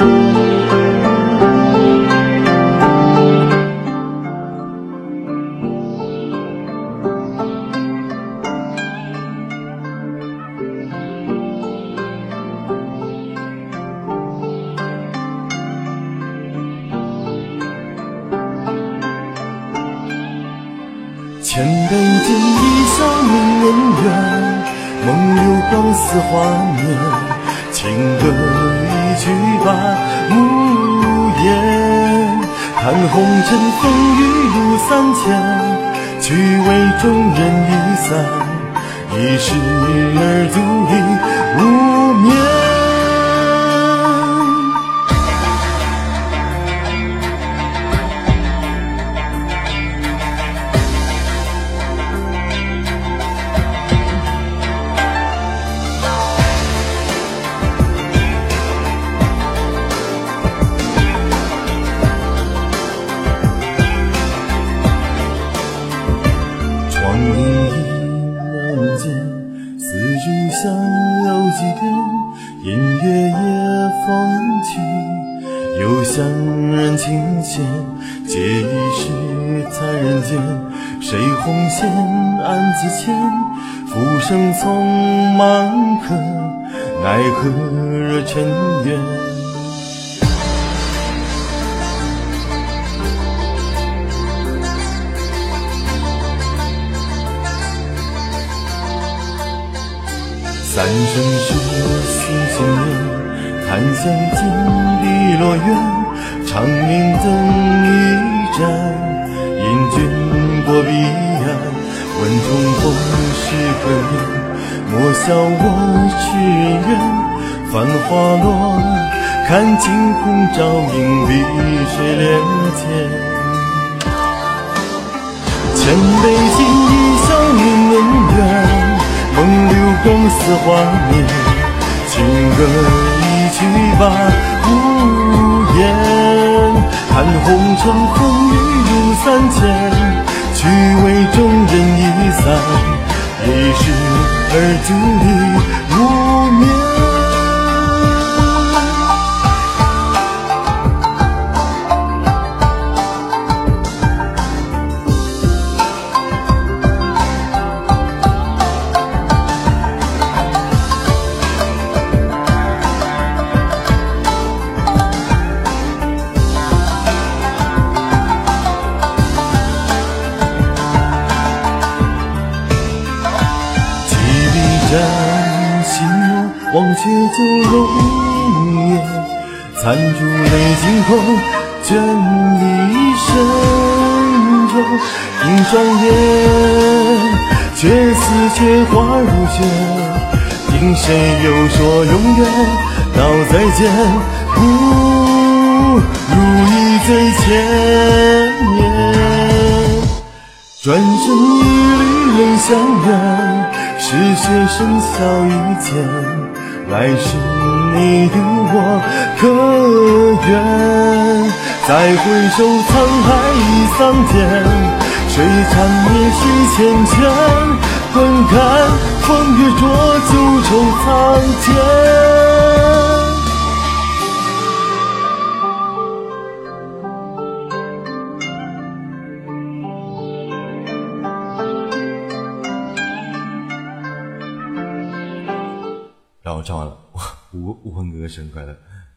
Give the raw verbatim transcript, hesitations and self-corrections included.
千杯敬一笑明年圆，梦流光似画面，情歌一曲把无言。看红尘风雨路三千，去为众人离散，一时而独立无眠。光阴一秒间，丝竹响有几遍，音乐也风起，又向人倾羡，借一世残人间，谁红线暗自牵，浮生匆忙客，奈何惹尘缘。三生石心心念，檀香尽碧落远，长明灯一盏，引君过彼岸。问重逢是何年？莫笑我痴人怨。繁华落，看惊鸿照影，碧水连天。千杯敬一笑明年圆，梦流光似画面，情歌一曲把无言。看红尘风雨路三千，去为众人一散，一时而独立无眠。沾心墨，忘却酒容颜，残烛泪尽后，卷离深愁。映双眼，却似雪花如雪，听谁又说永远到再见，不如一醉千年。转身一缕泪相远，是雪深笑一见，来世你独我可愿？再回首沧海已桑田，谁缠绵谁缱绻？观看风月浊酒愁苍天。然后唱完了，吴吴坤哥哥生日快乐。